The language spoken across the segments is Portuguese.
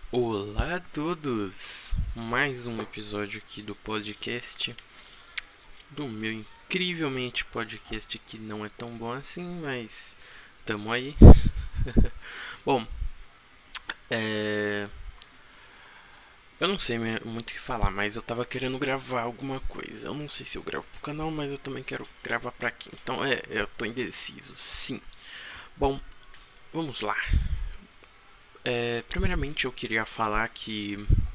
Olá a todos! Mais um episódio aqui do podcast, do meu incrivelmente podcast que não é tão bom assim, mas tamo aí. Bom, é... eu não sei muito o que falar, mas eu tava querendo gravar alguma coisa. Eu não sei se eu gravo pro canal, mas eu também quero gravar pra aqui. Então eu tô indeciso, sim. Bom, vamos lá. Primeiramente eu queria falar que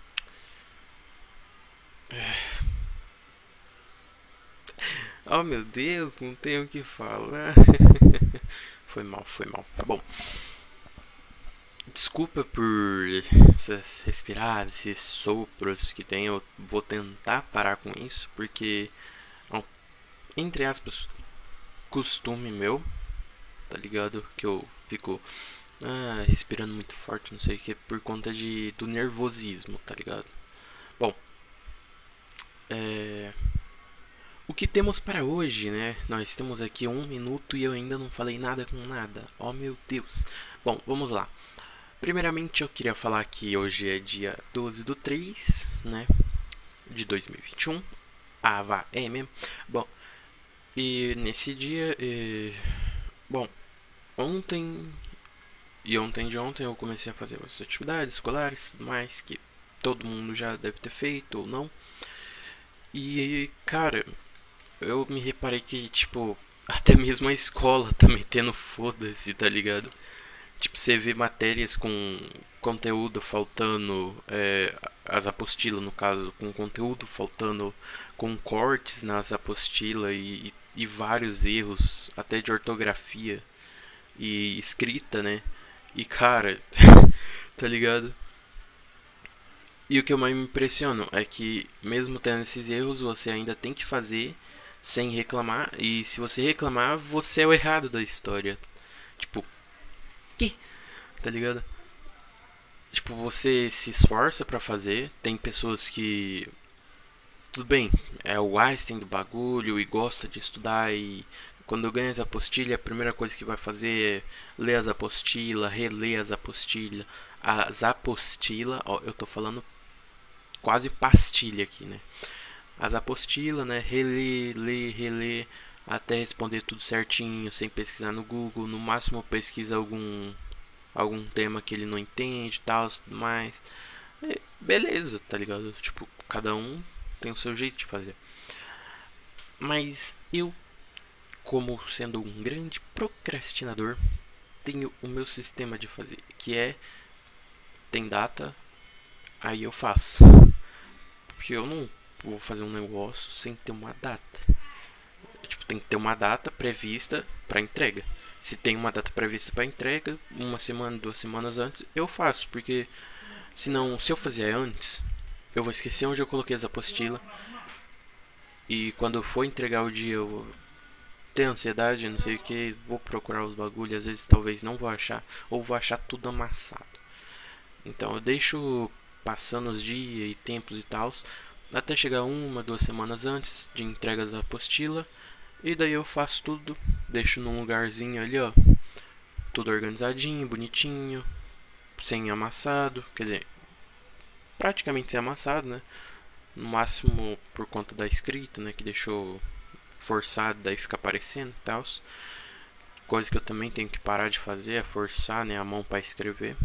oh meu Deus, não tenho o que falar. Foi mal, foi mal. Bom, desculpa por essas respiradas, esses sopros que tem. Eu vou tentar parar com isso, porque, entre aspas, costume meu, tá ligado? Que eu fico respirando muito forte, não sei o que, por conta do nervosismo, tá ligado? Bom, é, o que temos para hoje, né? Nós temos aqui 1 minuto e eu ainda não falei nada com nada. Oh meu Deus. Bom, vamos lá. Primeiramente eu queria falar que hoje é dia 12/3, né? De 2021. Ah, vá, é mesmo. Bom, e nesse dia. Bom, ontem e ontem de ontem eu comecei a fazer as atividades escolares e tudo mais que todo mundo já deve ter feito ou não. E, cara, eu me reparei que, tipo, até mesmo a escola tá metendo foda-se, tá ligado? Tipo, você vê matérias com conteúdo faltando, as apostilas, no caso, com conteúdo faltando, com cortes nas apostilas e vários erros, até de ortografia e escrita, né? E cara, tá ligado? E o que eu mais me impressiono é que, mesmo tendo esses erros, você ainda tem que fazer sem reclamar. E se você reclamar, você é o errado da história. Tipo, que? Tá ligado? Tipo, você se esforça pra fazer. Tem pessoas que. Tudo bem, é o Einstein do bagulho e gosta de estudar. E quando ganha as apostilhas, a primeira coisa que vai fazer é ler as apostilas, reler as apostilas. As apostilas, ó, eu tô falando quase pastilha aqui, né? As apostilas, né? Reler, ler, reler, até responder tudo certinho, sem pesquisar no Google. No máximo pesquisa algum tema que ele não entende e tal, tudo mais. E beleza, tá ligado? Tipo, cada um tem o seu jeito de fazer. Mas eu, como sendo um grande procrastinador, tenho o meu sistema de fazer, que é tem data, aí eu faço. Porque eu não vou fazer um negócio sem ter uma data. Tipo, tem que ter uma data prevista para entrega. Se tem uma data prevista para entrega, 1 semana, 2 semanas antes, eu faço, porque senão, se eu fizer antes, eu vou esquecer onde eu coloquei as apostilas e quando eu for entregar o dia eu vou ter ansiedade, não sei o que, vou procurar os bagulhos, às vezes talvez não vou achar, ou vou achar tudo amassado. Então eu deixo passando os dias e tempos e tal, até chegar 1, 2 semanas antes de entrega da apostila, e daí eu faço tudo, deixo num lugarzinho ali, ó, tudo organizadinho, bonitinho, sem amassado, quer dizer, praticamente sem amassado, né? No máximo por conta da escrita, né, que deixou forçado, daí fica aparecendo e tal. Coisa que eu também tenho que parar de fazer é forçar, né, a mão para escrever.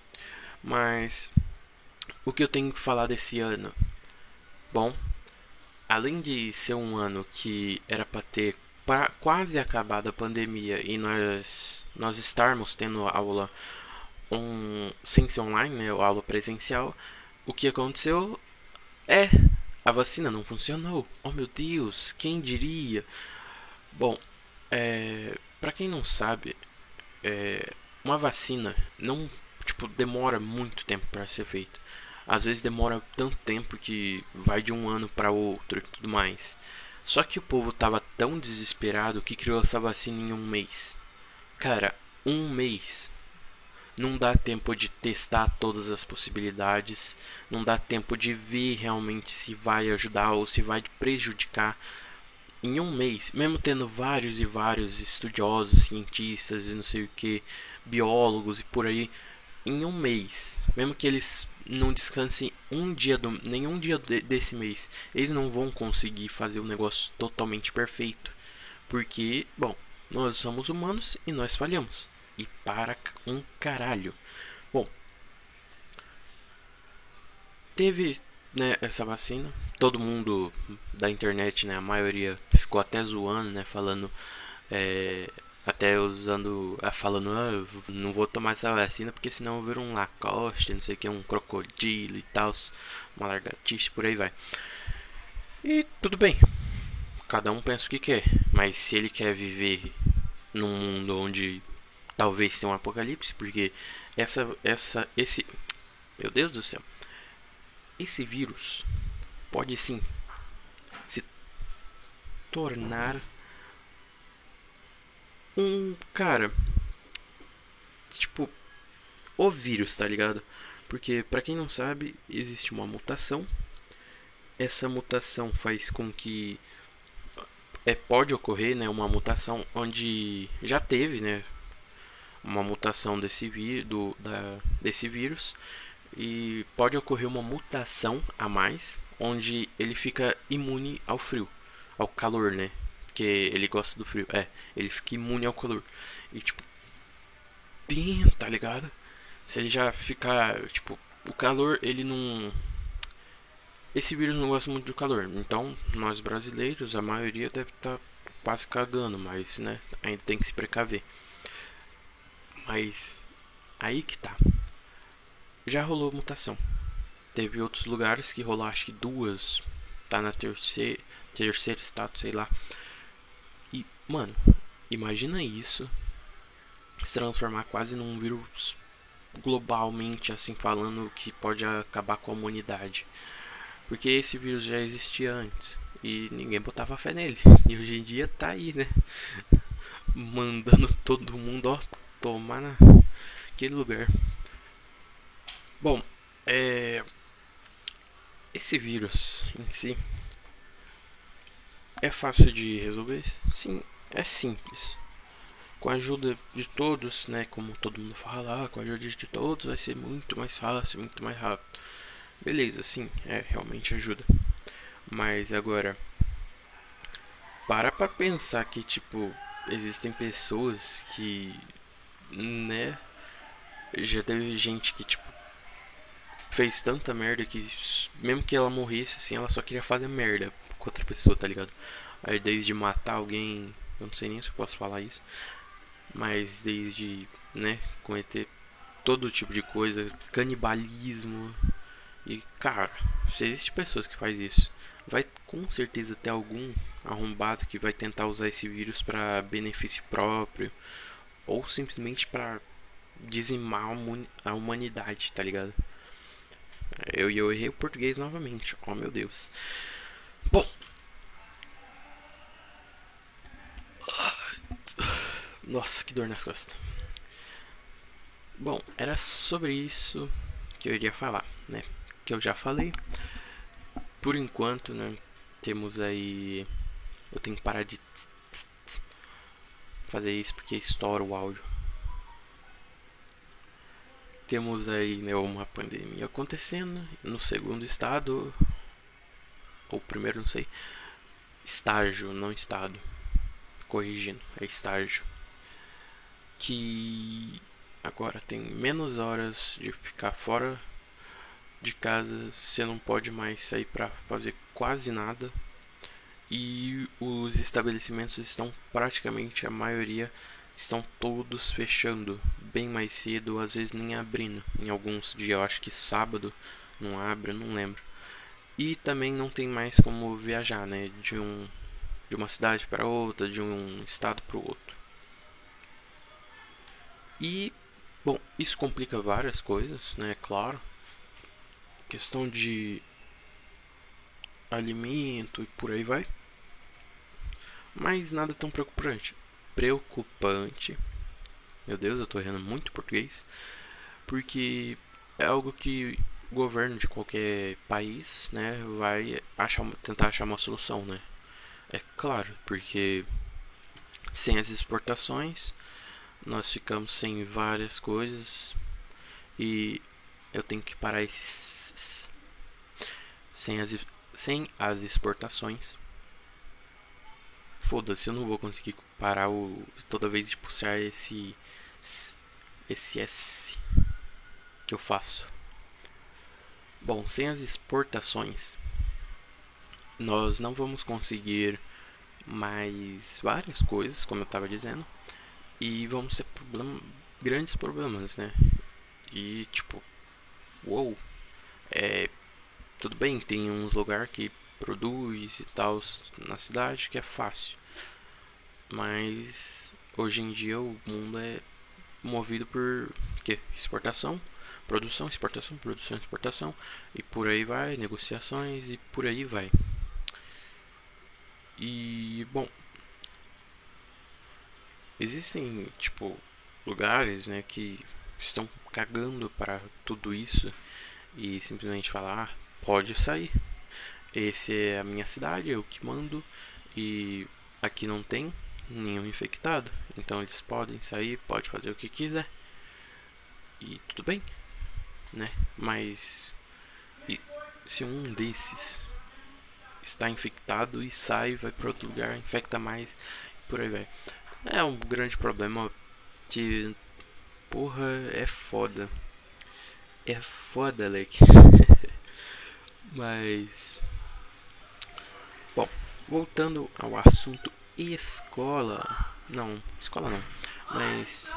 Mas o que eu tenho que falar desse ano? Bom, além de ser um ano que era para ter quase acabado a pandemia e nós estarmos tendo aula sem ser online, né, aula presencial, o que aconteceu é a vacina não funcionou. Oh meu Deus, quem diria? Bom, para quem não sabe, uma vacina não, tipo, demora muito tempo para ser feita. Às vezes demora tanto tempo que vai de um ano para outro e tudo mais. Só que o povo tava tão desesperado que criou essa vacina em um mês. Cara, um mês não dá tempo de testar todas as possibilidades, não dá tempo de ver realmente se vai ajudar ou se vai prejudicar. Em um mês, mesmo tendo vários e vários estudiosos, cientistas e não sei o que, biólogos e por aí, em um mês, mesmo que eles não descansem um dia nenhum dia desse mês, eles não vão conseguir fazer o negócio totalmente perfeito, porque, bom, nós somos humanos e nós falhamos. E para um caralho. Bom, teve, né, essa vacina. Todo mundo da internet, né, a maioria ficou até zoando, né, falando, é, até usando, falando, eu não vou tomar essa vacina porque senão eu viro um Lacoste, não sei o que, um crocodilo e tal, uma lagartixa, por aí vai. E tudo bem, cada um pensa o que quer, mas se ele quer viver num mundo onde talvez tenha um apocalipse, porque esse, meu Deus do céu, esse vírus pode sim se tornar um cara, tipo, o vírus, tá ligado? Porque pra quem não sabe, existe uma mutação. Essa mutação faz com que pode ocorrer, né, uma mutação onde já teve, né, uma mutação desse vírus e pode ocorrer uma mutação a mais onde ele fica imune ao frio, ao calor, né? Porque ele gosta do frio. Ele fica imune ao calor. E tipo, tá ligado? Se ele já ficar, tipo, o calor, ele não. Esse vírus não gosta muito do calor. Então, nós brasileiros, a maioria deve estar quase cagando, mas, né, ainda tem que se precaver. Mas aí que tá. Já rolou mutação. Teve outros lugares que rolou, acho que duas. Tá na terceiro estado, sei lá. E, mano, imagina isso se transformar quase num vírus globalmente, assim falando, que pode acabar com a humanidade. Porque esse vírus já existia antes e ninguém botava fé nele. E hoje em dia tá aí, né? Mandando todo mundo, ó, tomar naquele lugar. Bom, esse vírus em si é fácil de resolver? Sim, é simples. Com a ajuda de todos, né? Como todo mundo fala, com a ajuda de todos vai ser muito mais fácil, muito mais rápido. Beleza, sim, realmente ajuda. Mas agora, pra pensar que, tipo, existem pessoas que, né? Já teve gente que, tipo, fez tanta merda que, mesmo que ela morresse, assim, ela só queria fazer merda com outra pessoa, tá ligado? Aí, desde matar alguém, eu não sei nem se eu posso falar isso, mas desde, né, cometer todo tipo de coisa, canibalismo. E cara, se existe pessoas que faz isso, vai com certeza ter algum arrombado que vai tentar usar esse vírus para benefício próprio ou simplesmente para dizimar a humanidade, tá ligado? Eu errei o português novamente. Oh meu Deus. Bom, nossa, que dor nas costas. Bom, era sobre isso que eu iria falar, né? Que eu já falei. Por enquanto, né? Temos aí. Eu tenho que parar de fazer isso porque estoura o áudio. Temos aí, né, uma pandemia acontecendo no segundo estado, ou primeiro, não sei. Estágio, não estado. Corrigindo, é estágio. Que agora tem menos horas de ficar fora de casa, você não pode mais sair para fazer quase nada. E os estabelecimentos estão praticamente, a maioria, estão todos fechando bem mais cedo, às vezes nem abrindo. Em alguns dias, eu acho que sábado não abre, eu não lembro. E também não tem mais como viajar, né? De uma cidade para outra, de um estado para o outro. E, bom, isso complica várias coisas, né? Claro. Questão de alimento e por aí vai. Mas nada tão preocupante. Preocupante. Meu Deus, eu tô errando muito português. Porque é algo que o governo de qualquer país, né, vai tentar achar uma solução, né? É claro, porque sem as exportações nós ficamos sem várias coisas E eu tenho que parar esses sem as exportações. Foda-se, eu não vou conseguir parar toda vez de puxar esse S que eu faço. Bom, sem as exportações, nós não vamos conseguir mais várias coisas, como eu estava dizendo, e vamos ter grandes problemas, né? E tipo, uou, é, tudo bem, tem uns lugares que produz e tal na cidade que é fácil, mas hoje em dia o mundo é movido por que? Exportação, produção, exportação e por aí vai, negociações e por aí vai. E bom, existem tipo lugares, né, que estão cagando para tudo isso e simplesmente falar, ah, pode sair. Esse é a minha cidade, eu que mando e aqui não tem nenhum infectado, então eles podem sair, pode fazer o que quiser e tudo bem, né? Mas e se um desses está infectado e sai, vai para outro lugar, infecta mais, por aí vai. É um grande problema que, porra, é foda. É foda, Leque. Mas, bom, voltando ao assunto escola. Não, escola não. Mas,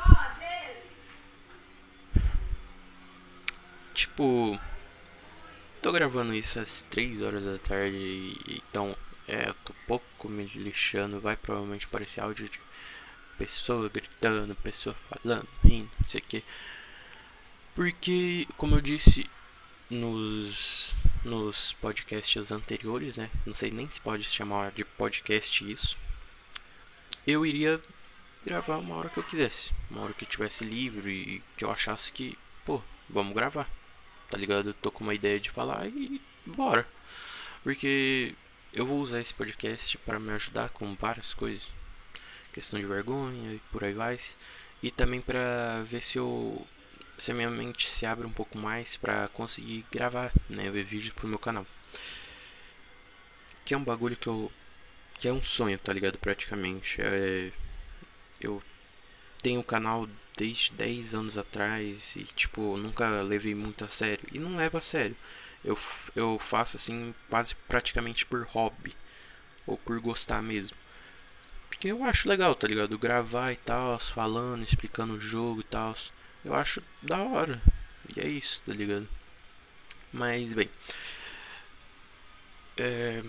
tipo, tô gravando isso às 3 horas da tarde. Então, eu tô pouco me lixando. Vai provavelmente aparecer áudio de pessoa gritando, pessoa falando, rindo, não sei o que. Porque, como eu disse nos podcasts anteriores, né? Não sei nem se pode chamar de podcast isso. Eu iria gravar uma hora que eu quisesse, uma hora que eu tivesse livre e que eu achasse que, pô, vamos gravar, tá ligado? Eu tô com uma ideia de falar e bora. Porque eu vou usar esse podcast para me ajudar com várias coisas, questão de vergonha e por aí vai. E também para ver se a minha mente se abre um pouco mais para conseguir gravar, né, ver vídeo pro meu canal. Que é um bagulho que é um sonho, tá ligado? Praticamente. Eu tenho um canal desde 10 anos atrás e tipo, nunca levei muito a sério. E não levo a sério. Eu faço assim quase praticamente por hobby ou por gostar mesmo. Porque eu acho legal, tá ligado? Gravar e tal, falando, explicando o jogo e tal. Eu acho da hora. E é isso, tá ligado? Mas, bem. É,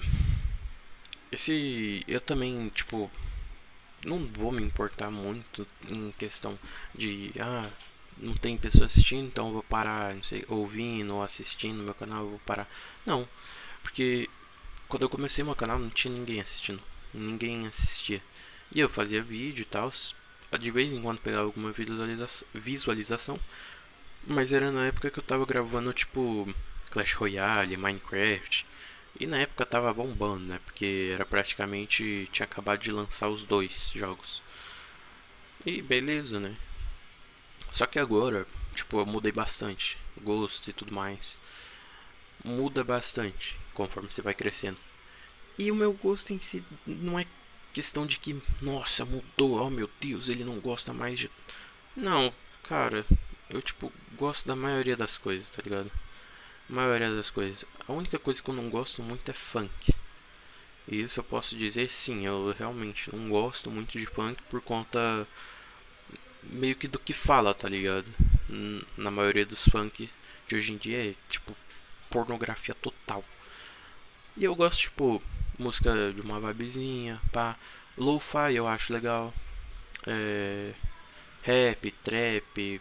eu também, tipo, não vou me importar muito em questão de. Ah, não tem pessoa assistindo, então eu vou parar, não sei, ouvindo ou assistindo no meu canal, eu vou parar. Não, porque quando eu comecei meu canal não tinha ninguém assistindo. Ninguém assistia. E eu fazia vídeo e tal. De vez em quando pegava alguma visualização. Mas era na época que eu tava gravando tipo Clash Royale, Minecraft. E na época tava bombando, né? Porque era praticamente. Tinha acabado de lançar os dois jogos. E beleza, né? Só que agora, tipo, eu mudei bastante. Gosto e tudo mais. Muda bastante conforme você vai crescendo. E o meu gosto em si não é questão de que, nossa, mudou, oh meu Deus, ele não gosta mais de. Não, cara, eu tipo gosto da maioria das coisas, tá ligado? A maioria das coisas. A única coisa que eu não gosto muito é funk. E isso eu posso dizer sim, eu realmente não gosto muito de funk por conta meio que do que fala, tá ligado? Na maioria dos funk de hoje em dia é tipo pornografia total. E eu gosto, tipo, música de uma vibezinha, pá. Lo-fi eu acho legal. É, rap, trap,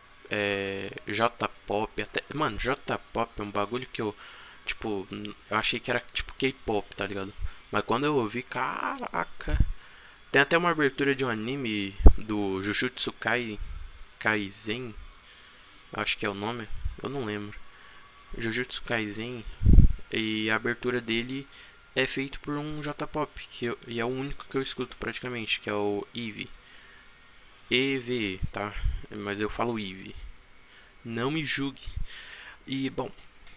J-pop, até. Mano, J-pop é um bagulho que eu. Tipo, eu achei que era tipo K-pop, tá ligado? Mas quando eu ouvi, caraca. Tem até uma abertura de um anime do Jujutsu Kaisen. Acho que é o nome. Eu não lembro. Jujutsu Kaisen. E a abertura dele é feito por um J-pop, e é o único que eu escuto praticamente, que é o Eve. EVE, tá? Mas eu falo Eve. Não me julgue. E, bom,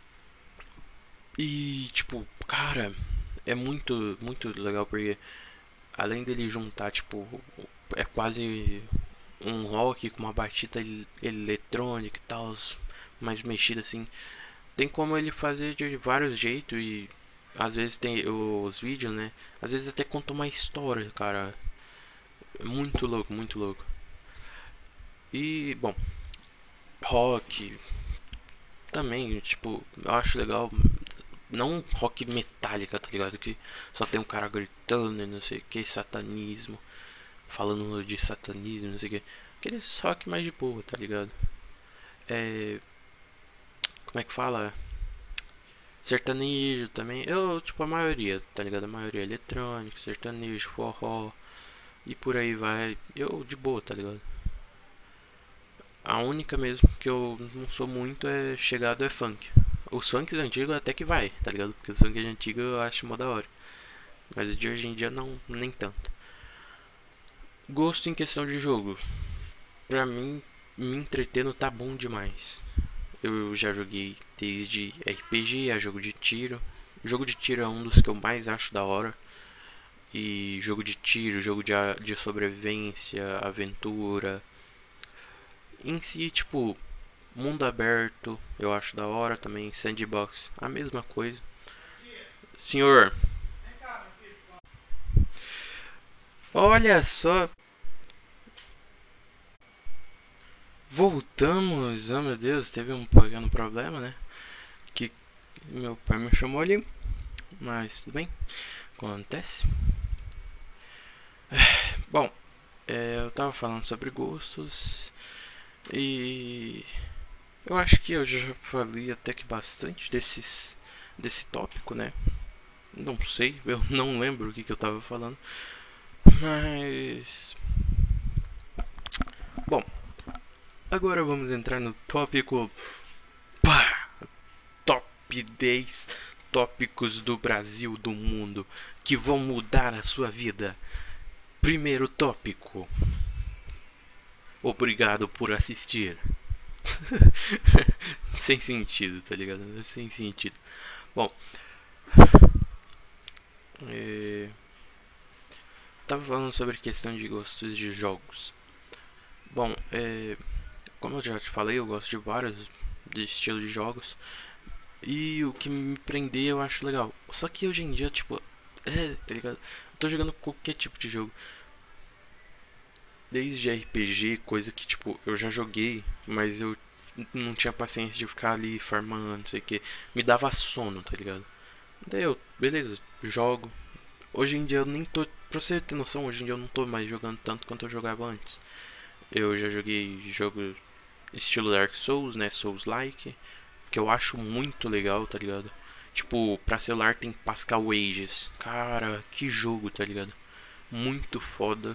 e tipo, cara, é muito legal porque além dele juntar, tipo, é quase um rock com uma batida eletrônica e tal, mais mexida assim. Tem como ele fazer de vários jeitos e às vezes tem os vídeos, né? Às vezes até conta uma história, cara. É muito louco, muito louco. E, bom, rock também, tipo, eu acho legal. Não rock metálica, tá ligado? Que só tem um cara gritando e não sei o que, satanismo. Falando de satanismo, não sei o que. Aquele rock mais de boa, tá ligado? É. Como é que fala? Sertanejo também. Eu, tipo, a maioria, tá ligado? A maioria eletrônico, sertanejo, forró e por aí vai. Eu de boa, tá ligado? A única mesmo que eu não sou muito é chegado é funk. Os funks antigos até que vai, tá ligado? Porque os funks antigos eu acho mó da hora. Mas de hoje em dia não, nem tanto. Gosto em questão de jogo. Pra mim, me entretendo tá bom demais. Eu já joguei desde RPG a jogo de tiro. Jogo de tiro é um dos que eu mais acho da hora. E jogo de tiro, jogo de sobrevivência, aventura. Em si, tipo, mundo aberto, eu acho da hora também. Sandbox, a mesma coisa. Senhor, olha só, voltamos. Oh meu Deus, teve um pequeno problema, né? Que meu pai me chamou ali, mas tudo bem, acontece. Bom, eu tava falando sobre gostos e eu acho que eu já falei até que bastante desse tópico, né? Não sei, eu não lembro o que eu tava falando, mas bom, agora vamos entrar no tópico, pá, top 10 tópicos do Brasil, do mundo, que vão mudar a sua vida. Primeiro tópico. Obrigado por assistir. Sem sentido, tá ligado? Sem sentido. Bom, é... tava falando sobre questão de gostos de jogos. Bom, como eu já te falei, eu gosto de vários de estilo de jogos. E o que me prender eu acho legal. Só que hoje em dia, tipo, tá ligado? Eu tô jogando qualquer tipo de jogo. Desde RPG, coisa que, tipo, eu já joguei, mas eu não tinha paciência de ficar ali farmando, não sei o que. Me dava sono, tá ligado? Daí eu, beleza, jogo. Hoje em dia eu nem tô. Pra você ter noção, hoje em dia eu não tô mais jogando tanto quanto eu jogava antes. Eu já joguei jogo estilo Dark Souls, né? Souls-like. Que eu acho muito legal, tá ligado? Tipo, pra celular tem Pascal Ages. Cara, que jogo, tá ligado? Muito foda.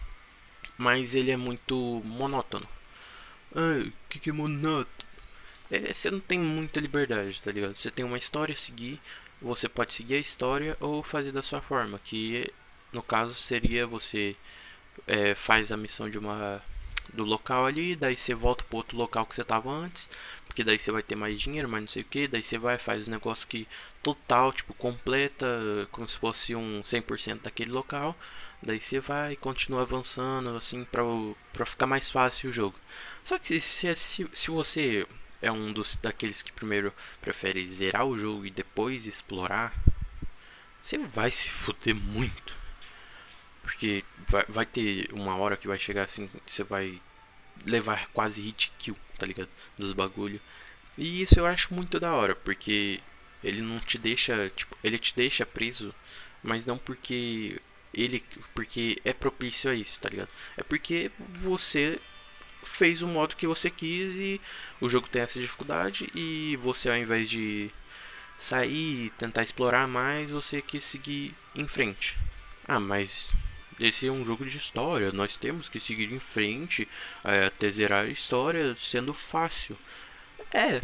Mas ele é muito monótono. Ah, que é monótono? Você não tem muita liberdade, tá ligado? Você tem uma história a seguir, você pode seguir a história ou fazer da sua forma, que no caso seria você faz a missão de uma do local ali, daí você volta pro outro local que você tava antes, porque daí você vai ter mais dinheiro, mas não sei o que, daí você vai faz um negócio que total, tipo, completa, como se fosse um 100% daquele local, daí você vai e continua avançando, assim, pra ficar mais fácil o jogo. Só que se você é um dos daqueles que primeiro prefere zerar o jogo e depois explorar, você vai se fuder muito. Porque vai ter uma hora que vai chegar assim, você vai levar quase hit kill, tá ligado? Dos bagulho. E isso eu acho muito da hora, porque ele não te deixa, tipo, ele te deixa preso, mas não porque é propício a isso, tá ligado? É porque você fez o modo que você quis e o jogo tem essa dificuldade e você ao invés de sair e tentar explorar mais, você quis seguir em frente. Ah, mas esse é um jogo de história, nós temos que seguir em frente até zerar a história sendo fácil. É,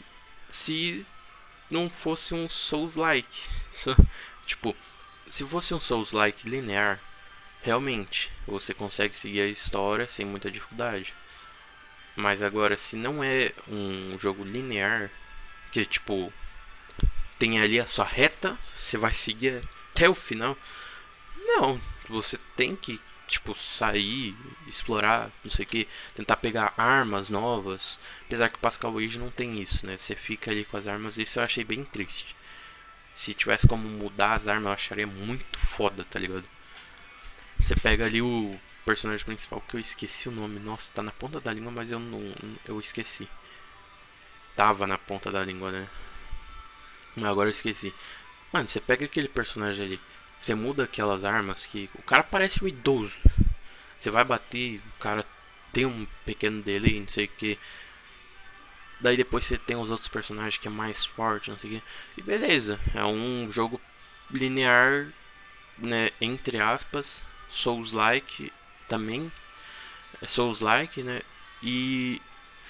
se não fosse um Souls-like. Tipo, se fosse um Souls-like linear, realmente você consegue seguir a história sem muita dificuldade. Mas agora, se não é um jogo linear, que tipo, tem ali a sua reta, você vai seguir até o final. Não, você tem que, tipo, sair, explorar, não sei o que, tentar pegar armas novas. Apesar que o Pascal Age não tem isso, né? Você fica ali com as armas, isso eu achei bem triste. Se tivesse como mudar as armas, eu acharia muito foda, tá ligado? Você pega ali o personagem principal, que eu esqueci o nome. Nossa, tá na ponta da língua, mas eu não. Eu esqueci. Tava na ponta da língua, né? Mas agora eu esqueci. Mano, você pega aquele personagem ali. Você muda aquelas armas que. O cara parece um idoso. Você vai bater, o cara tem um pequeno delay, não sei o que. Daí depois você tem os outros personagens que é mais forte, não sei o que. E beleza, é um jogo linear, né? Entre aspas. Souls-like também. É Souls-like, né? E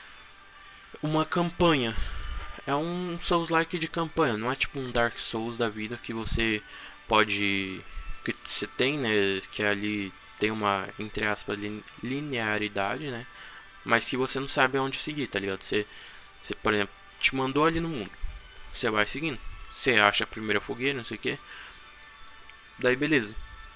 uma campanha. É um Souls-like de campanha, não é tipo um Dark Souls da vida que você pode. Que você tem, né? Que ali tem uma, entre aspas, linearidade, né? Mas que você não sabe aonde seguir, tá ligado? Você, por exemplo, te mandou ali no mundo. Você vai seguindo. Você acha a primeira fogueira, não sei o que. Daí beleza.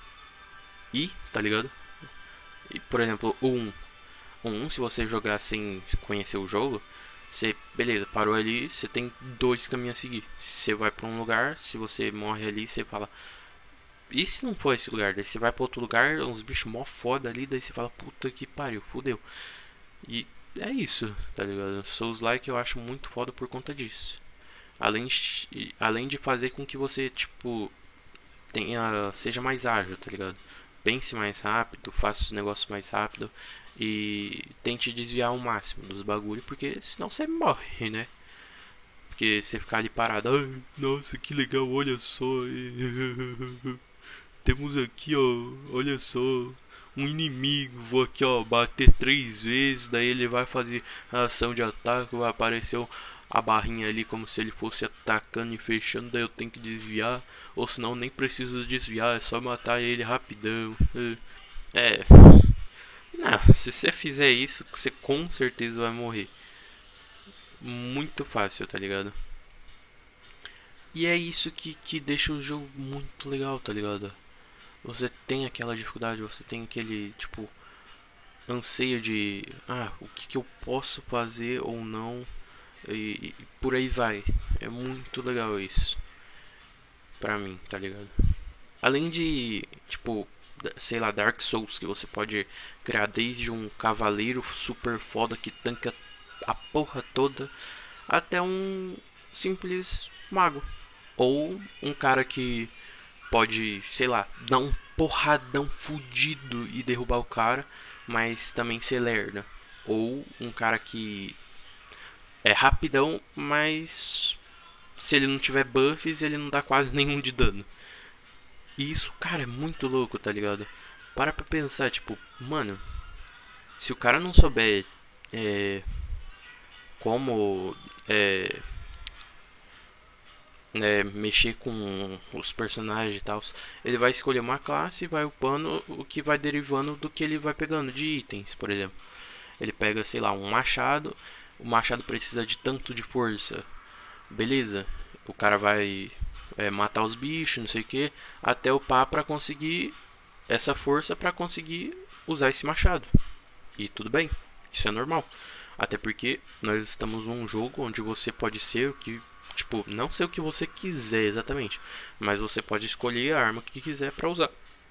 E, tá ligado? E, por exemplo, o 1, se você jogar sem conhecer o jogo, você, beleza, parou ali, você tem dois caminhos a seguir. Você vai pra um lugar, se você morre ali, você fala, e se não for esse lugar? Daí você vai pra outro lugar, uns bichos mó foda ali, daí você fala, puta que pariu, fudeu. E é isso, tá ligado? Souls Like eu acho muito foda por conta disso. Além de fazer com que você, tipo, seja mais ágil, tá ligado? Pense mais rápido, faça os negócios mais rápido e tente desviar o máximo dos bagulho, porque senão você morre, né? Porque você ficar ali parado, ai, nossa, que legal, olha só. Temos aqui, ó, olha só, um inimigo. Vou aqui, ó, bater 3 vezes, daí ele vai fazer a ação de ataque, vai aparecer a barrinha ali como se ele fosse atacando e fechando, daí eu tenho que desviar, ou senão nem preciso desviar, é só matar ele rapidão. É, não, se você fizer isso, você com certeza vai morrer. Muito fácil, tá ligado? E é isso que deixa o jogo muito legal, tá ligado? Você tem aquela dificuldade, você tem aquele, tipo, anseio de, o que eu posso fazer ou não, e por aí vai. É muito legal isso, pra mim, tá ligado? Além de, tipo, sei lá, Dark Souls, que você pode criar desde um cavaleiro super foda que tanca a porra toda, até um simples mago. Ou um cara que pode, sei lá, dar um porradão fudido e derrubar o cara, mas também ser lerda. Ou um cara que é rapidão, mas se ele não tiver buffs, ele não dá quase nenhum de dano. E isso, cara, é muito louco, tá ligado? Para pra pensar, tipo, mano, se o cara não souber é, como é, mexer com os personagens e tal, ele vai escolher uma classe e vai upando o que vai derivando do que ele vai pegando de itens, por exemplo. Ele pega, sei lá, um machado, o machado precisa de tanto de força, beleza? O cara vai matar os bichos, não sei o que, até upar para conseguir essa força para conseguir usar esse machado. E tudo bem, isso é normal. Até porque nós estamos num jogo onde você pode ser o que, tipo, não ser o que você quiser exatamente, mas você pode escolher a arma que quiser para usar.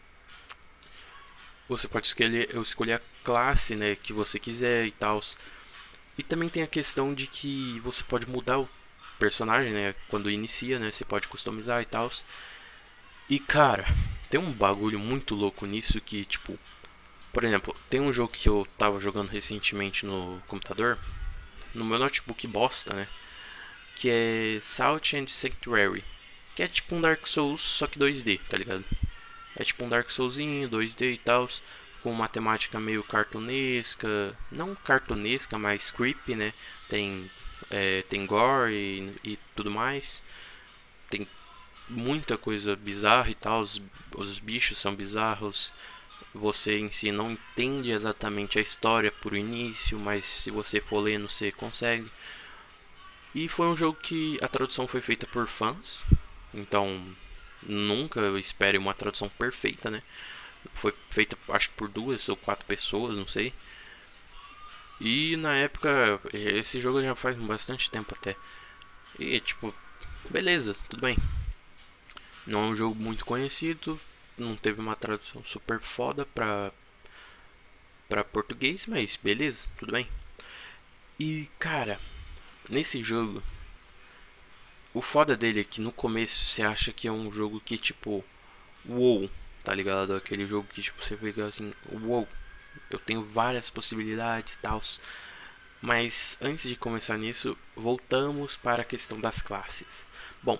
Você pode escolher a classe, né, que você quiser e tal. E também tem a questão de que você pode mudar o personagem, né, quando inicia, né, você pode customizar e tal. E cara, tem um bagulho muito louco nisso que, tipo, por exemplo, tem um jogo que eu tava jogando recentemente no computador, no meu notebook bosta, né? Que é Salt and Sanctuary. Que é tipo um Dark Souls, só que 2D, tá ligado? É tipo um Dark Soulsinho, 2D e tal, com uma temática meio cartunesca. Não cartunesca, mas creepy, né? Tem, tem gore e tudo mais. Tem muita coisa bizarra e tal. Os bichos são bizarros. você em si não entende exatamente a história por início, mas se você for lendo, você consegue. E foi um jogo que a tradução foi feita por fãs, então nunca espere uma tradução perfeita, né? Foi feita acho que por 2 ou 4 pessoas, não sei. E na época, esse jogo já faz bastante tempo até. E tipo, beleza, tudo bem. Não é um jogo muito conhecido, não teve uma tradução super foda pra português, mas beleza, tudo bem. E cara, nesse jogo, o foda dele é que no começo você acha que é um jogo que tipo, uou, tá ligado? Aquele jogo que tipo, você fica assim, uou, eu tenho várias possibilidades e tal. Mas antes de começar nisso, voltamos para a questão das classes. Bom,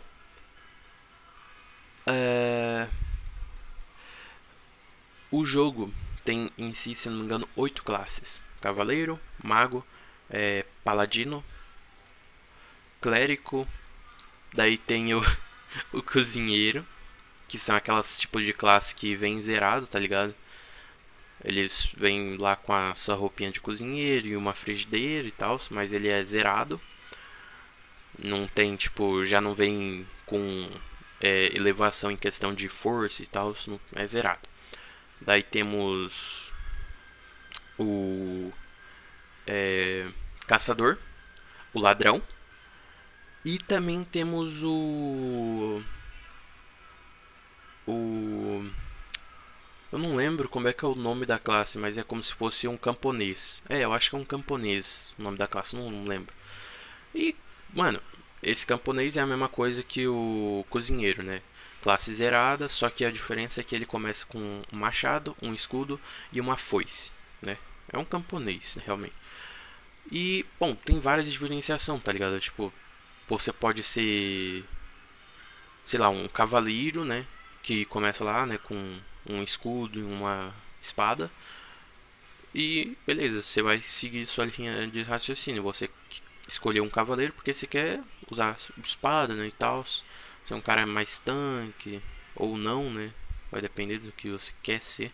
é... o jogo tem em si, se não me engano, 8 classes: Cavaleiro, Mago, Paladino, Clérigo. Daí tem o Cozinheiro, que são aquelas tipos de classe que vem zerado, tá ligado? Eles vêm lá com a sua roupinha de cozinheiro e uma frigideira e tal, mas ele é zerado. Não tem, tipo, já não vem com elevação em questão de força e tal, é zerado. Daí temos o Caçador, o Ladrão. E também temos o. Eu não lembro como é que é o nome da classe, mas é como se fosse um camponês. Eu acho que é um camponês o nome da classe, não lembro. E, mano, esse camponês é a mesma coisa que o cozinheiro, né? Classe zerada, só que a diferença é que ele começa com um machado, um escudo e uma foice, né? É um camponês, realmente. E, bom, tem várias diferenciações, tá ligado? Tipo, você pode ser, sei lá, um cavaleiro, né? Que começa lá, né, com um escudo e uma espada. E beleza, você vai seguir sua linha de raciocínio. Você escolheu um cavaleiro porque você quer usar espada, né, e tal. Ser um cara mais tanque ou não, né? Vai depender do que você quer ser.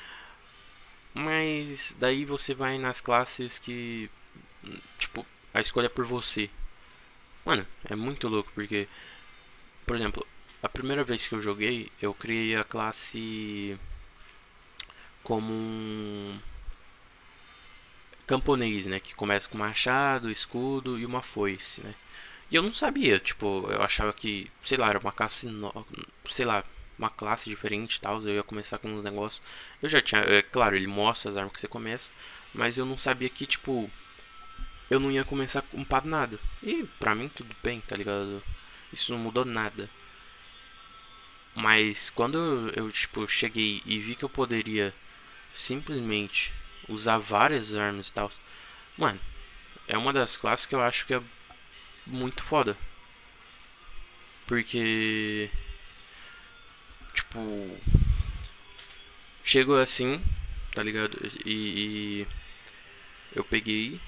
Mas daí você vai nas classes que, tipo, a escolha é por você. Mano, é muito louco porque, por exemplo, a primeira vez que eu joguei, eu criei a classe como um camponês, né? Que começa com machado, escudo e uma foice, né? E eu não sabia, tipo, eu achava que, sei lá, era uma classe, sei lá, uma classe diferente e tal. Eu ia começar com uns negócios. Eu já tinha, é claro, ele mostra as armas que você começa, mas eu não sabia que, tipo, eu não ia começar com nada. E pra mim tudo bem, tá ligado? Isso não mudou nada. Mas quando eu tipo, cheguei e vi que eu poderia simplesmente usar várias armas e tal, mano, é uma das classes que eu acho que é muito foda. Porque, tipo, chegou assim, tá ligado? E eu peguei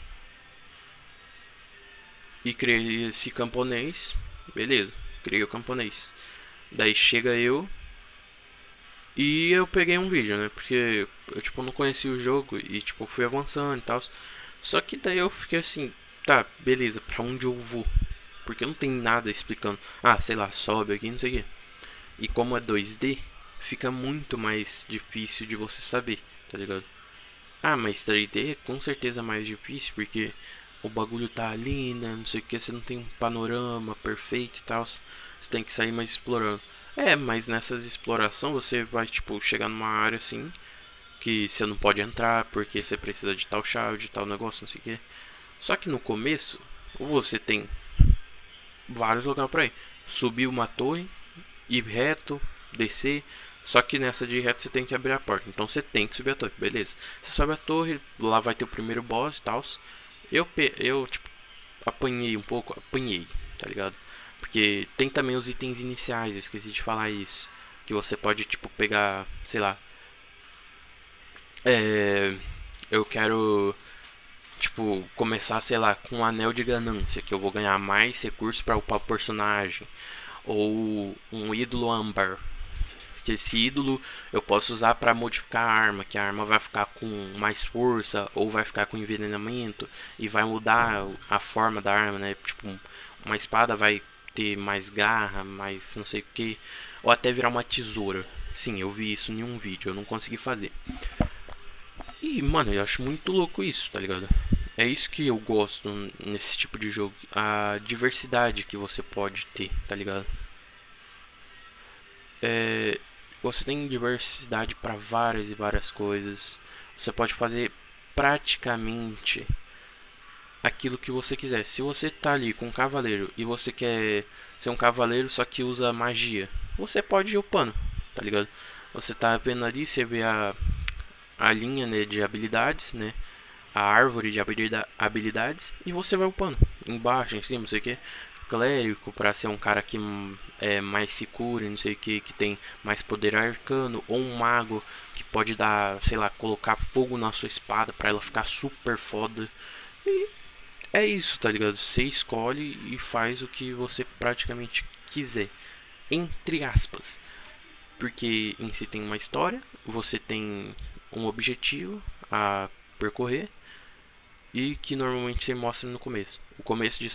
e criei esse camponês. Beleza, criei o camponês. Daí chega eu e eu peguei um vídeo, né? Porque eu tipo não conhecia o jogo e tipo fui avançando e tal. Só que daí eu fiquei assim, tá, beleza, pra onde eu vou? Porque não tem nada explicando. Ah, sei lá, sobe aqui, não sei o quê. E como é 2D, fica muito mais difícil de você saber, tá ligado? Ah, mas 3D é com certeza mais difícil porque o bagulho tá ali, né? Não sei o que, você não tem um panorama perfeito e tal. Você tem que sair mais explorando. Mas nessas exploração você vai, tipo, chegar numa área assim que você não pode entrar porque você precisa de tal chave, de tal negócio, não sei o que. Só que no começo, você tem vários lugares pra ir. Subir uma torre, ir reto, descer. Só que nessa de reto você tem que abrir a porta. Então você tem que subir a torre, beleza. Você sobe a torre, lá vai ter o primeiro boss e tal. Eu, tipo, apanhei um pouco, apanhei, tá ligado? Porque tem também os itens iniciais, eu esqueci de falar isso. Que você pode, tipo, pegar, sei lá. É, eu quero, tipo, começar, sei lá, com um anel de ganância, que eu vou ganhar mais recursos para upar o personagem. Ou um ídolo âmbar, Que esse ídolo eu posso usar para modificar a arma, que a arma vai ficar com mais força ou vai ficar com envenenamento e vai mudar a forma da arma, né? Tipo, uma espada vai ter mais garra, mais não sei o que, ou até virar uma tesoura. Sim, eu vi isso em um vídeo, eu não consegui fazer. E, mano, eu acho muito louco isso, tá ligado? É isso que eu gosto nesse tipo de jogo. A diversidade que você pode ter, tá ligado? É, você tem diversidade para várias e várias coisas. Você pode fazer praticamente aquilo que você quiser. Se você tá ali com um cavaleiro e você quer ser um cavaleiro só que usa magia, você pode ir upando, tá ligado? Você tá vendo ali, você vê a linha, né, de habilidades, né? A árvore de habilidades e você vai upando embaixo, em cima, não sei o que. Clérigo para ser um cara que é mais seguro, não sei o que tem mais poder arcano, ou um mago que pode dar, sei lá, colocar fogo na sua espada para ela ficar super foda. E é isso, tá ligado? Você escolhe e faz o que você praticamente quiser, entre aspas, porque em si tem uma história, você tem um objetivo a percorrer e que normalmente você mostra no começo. O começo de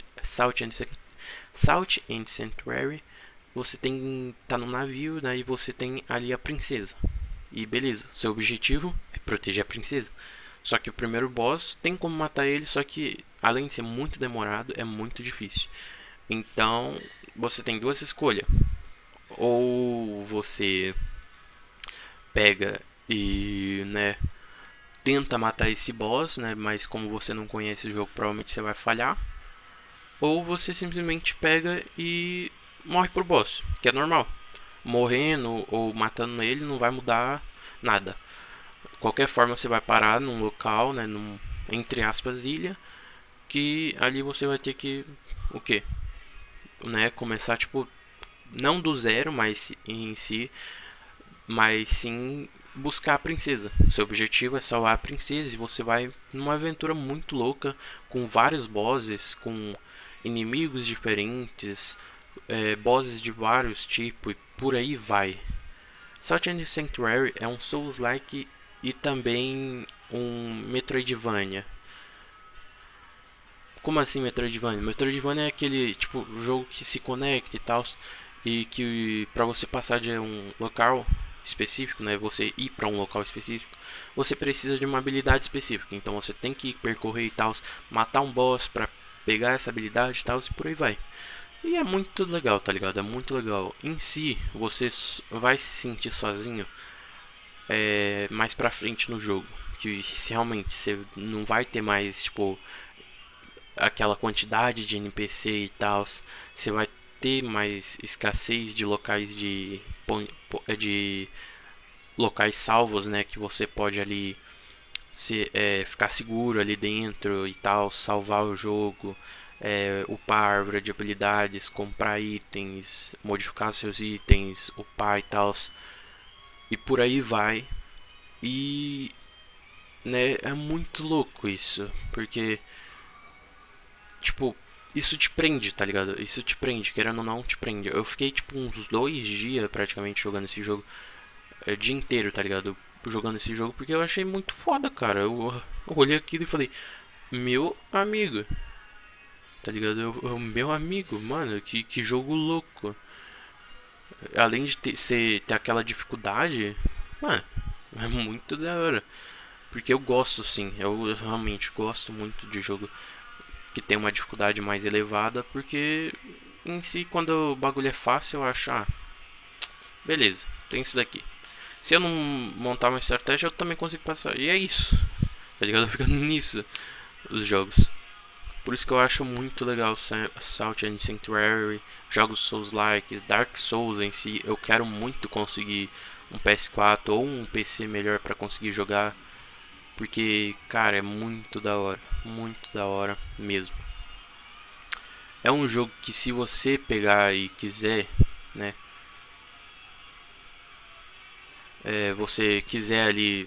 Salt and Sanctuary, você tem tá no navio, daí você tem ali a princesa. E beleza, seu objetivo é proteger a princesa. Só que o primeiro boss tem como matar ele, só que além de ser muito demorado, é muito difícil. Então, você tem duas escolhas. Ou você pega e, né, tenta matar esse boss, né, mas como você não conhece o jogo, provavelmente você vai falhar. Ou você simplesmente pega e morre pro boss, que é normal. Morrendo ou matando ele não vai mudar nada. Qualquer forma você vai parar num local, né, num, entre aspas, ilha, que ali você vai ter que o quê? Né, começar tipo não do zero, mas em si, mas sim buscar a princesa. Seu objetivo é salvar a princesa e você vai numa aventura muito louca com vários bosses, com inimigos diferentes, bosses de vários tipos e por aí vai. Salt and Sanctuary é um Souls-like e também um Metroidvania. Como assim Metroidvania? Metroidvania é aquele tipo jogo que se conecta e tal, e que para você passar de um local específico, né, você ir para um local específico, você precisa de uma habilidade específica. Então você tem que percorrer e tal, matar um boss para pegar essa habilidade e tal, e por aí vai. E é muito legal, tá ligado? É muito legal. Em si, você vai se sentir sozinho mais pra frente no jogo. Que se realmente você não vai ter mais, tipo, aquela quantidade de NPC e tal. Você vai ter mais escassez de locais de locais salvos, né? Que você pode ali ficar seguro ali dentro e tal, salvar o jogo, upar a árvore de habilidades, comprar itens, modificar seus itens, upar e tal, e por aí vai. E né, é muito louco isso, porque tipo, isso te prende, tá ligado? Isso te prende, querendo ou não, te prende. Eu fiquei tipo uns 2 dias praticamente jogando esse jogo, o dia inteiro, tá ligado? Jogando esse jogo porque eu achei muito foda, cara. Eu olhei aquilo e falei, meu amigo, tá ligado? Meu amigo, mano, que jogo louco. Além de ter aquela dificuldade, mano, é muito da hora. Porque eu gosto sim, eu realmente gosto muito de jogo que tem uma dificuldade mais elevada. Porque em si, quando o bagulho é fácil, eu acho, beleza, tem isso daqui. Se eu não montar uma estratégia, eu também consigo passar. E é isso, tá ligado? Ficando nisso os jogos. Por isso que eu acho muito legal Salt and Sanctuary, jogos Souls-like, Dark Souls em si. Eu quero muito conseguir um PS4 ou um PC melhor para conseguir jogar, porque, cara, é muito da hora mesmo. É um jogo que se você pegar e quiser, né, você quiser ali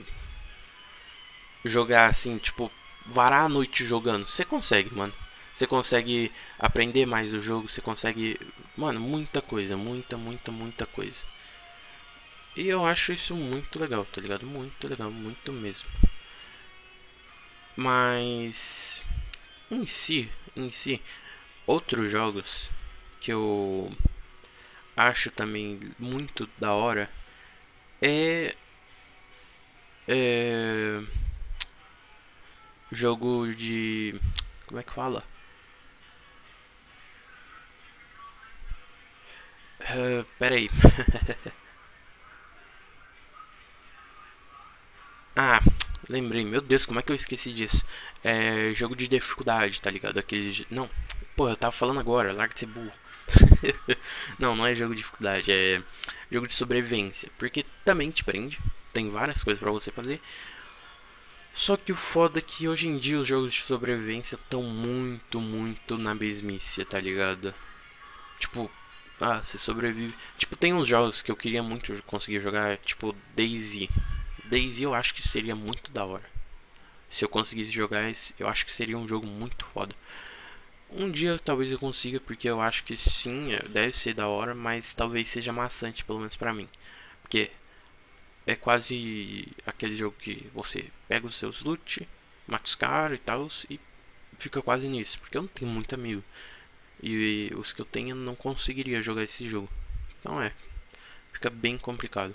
jogar assim, tipo, varar a noite jogando, você consegue, mano. Você consegue aprender mais o jogo, você consegue, mano, muita coisa, muita coisa. E eu acho isso muito legal, tá ligado? Muito legal, muito mesmo. Mas em si, outros jogos que eu acho também muito da hora é, é jogo de, como é que fala? Pera aí. Ah, lembrei. Meu Deus, como é que eu esqueci disso? É jogo de dificuldade, tá ligado? Não, pô, eu tava falando agora, larga de ser burro. Não, não é jogo de dificuldade, é jogo de sobrevivência. Porque também te prende, tem várias coisas pra você fazer. Só que o foda é que hoje em dia os jogos de sobrevivência estão muito, muito na mesmice, tá ligado? Tipo, você sobrevive. Tipo, tem uns jogos que eu queria muito conseguir jogar, tipo DayZ. DayZ eu acho que seria muito da hora. Se eu conseguisse jogar esse, eu acho que seria um jogo muito foda. Um dia talvez eu consiga, porque eu acho que sim, deve ser da hora, mas talvez seja maçante, pelo menos pra mim. Porque é quase aquele jogo que você pega os seus loot, mata os caras e tal, e fica quase nisso. Porque eu não tenho muito amigo. E os que eu tenho eu não conseguiria jogar esse jogo. Então fica bem complicado.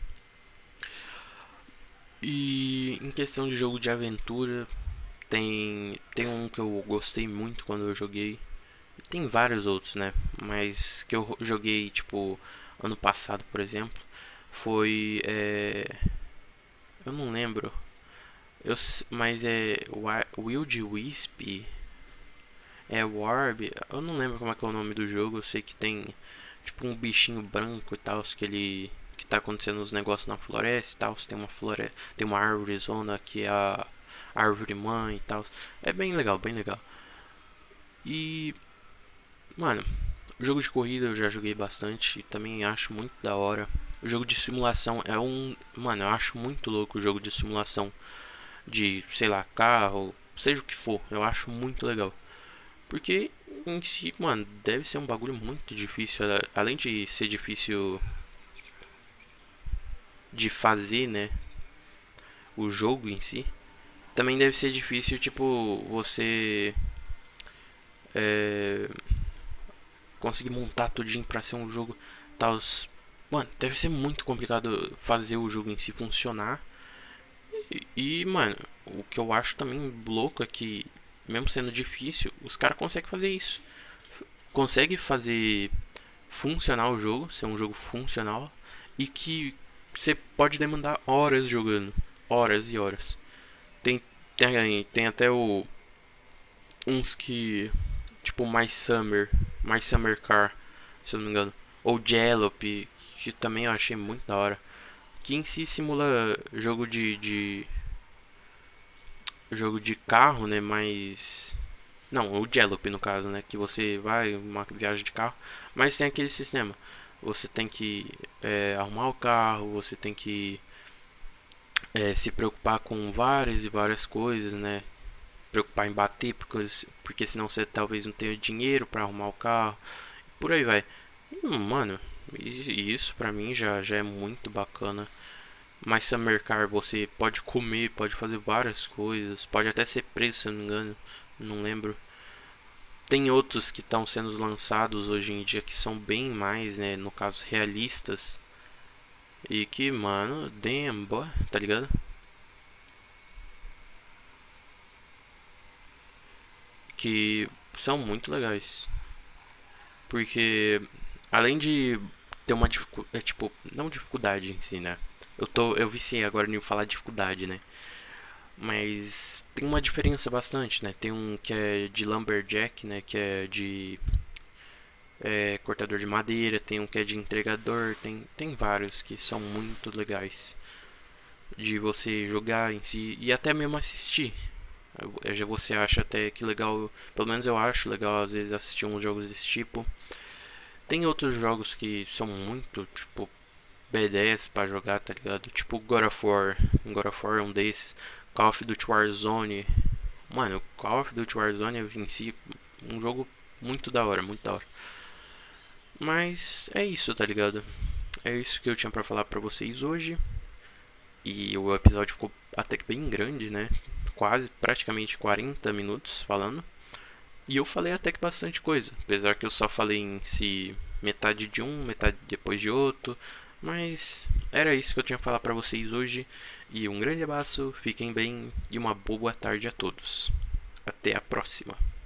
E em questão de jogo de aventura, tem um que eu gostei muito quando eu joguei. Tem vários outros, né? Mas que eu joguei, tipo, ano passado, por exemplo, foi. Eu não lembro. Mas é. Wild Wisp. É Warb. Eu não lembro como é que é o nome do jogo. Eu sei que tem, tipo, um bichinho branco e tal. Que ele. Que tá acontecendo os negócios na floresta e tal. Tem uma floresta. Tem uma árvore zona que é a árvore mãe e tal. É bem legal, bem legal. E. Mano, o jogo de corrida eu já joguei bastante e também acho muito da hora. O jogo de simulação é um. Mano, eu acho muito louco o jogo de simulação de, sei lá, carro, seja o que for. Eu acho muito legal. Porque em si, mano, deve ser um bagulho muito difícil. Além de ser difícil de fazer, né? O jogo em si. Também deve ser difícil, tipo, você é, conseguir montar tudinho pra ser um jogo tal. Mano, deve ser muito complicado fazer o jogo em si funcionar. Mano, o que eu acho também louco é que, mesmo sendo difícil, os caras conseguem fazer isso. Consegue fazer funcionar o jogo, ser um jogo funcional e que você pode demandar horas jogando. Horas e horas. Tem, tem até uns que. Tipo, My Summer Car, se eu não me engano. Ou Jalop, que também eu achei muito da hora. Que em si simula jogo de carro, né? Mas não, o Jalop no caso, né? Que você vai uma viagem de carro, mas tem aquele sistema. Você tem que arrumar o carro, você tem que se preocupar com várias e várias coisas, né? Preocupar em bater, porque senão você talvez não tenha dinheiro para arrumar o carro. Por aí vai. Mano, isso pra mim já é muito bacana. Mas Summer Car você pode comer, pode fazer várias coisas, pode até ser preso, se eu não me engano, não lembro. Tem outros que estão sendo lançados hoje em dia que são bem mais, né, no caso realistas e que, mano, damn, boy, tá ligado? Que são muito legais, porque além de ter uma dificuldade, tipo, não dificuldade em si, né? Eu viciei agora em falar dificuldade, né? Mas tem uma diferença bastante, né? Tem um que é de lumberjack, né? Que é de cortador de madeira. Tem um que é de entregador. Tem vários que são muito legais de você jogar em si e até mesmo assistir. Já você acha até que legal, pelo menos eu acho legal às vezes assistir uns jogos desse tipo. Tem outros jogos que são muito, tipo, B10 pra jogar, tá ligado? Tipo God of War. God of War é um desses. Call of Duty Warzone. Mano, Call of Duty Warzone em si, um jogo muito da hora, muito da hora. Mas é isso, tá ligado? É isso que eu tinha pra falar pra vocês hoje. E o episódio ficou até que bem grande, né? Quase, praticamente 40 minutos falando. E eu falei até que bastante coisa. Apesar que eu só falei em si metade de um, metade depois de outro. Mas era isso que eu tinha pra falar pra vocês hoje. E um grande abraço, fiquem bem e uma boa tarde a todos. Até a próxima.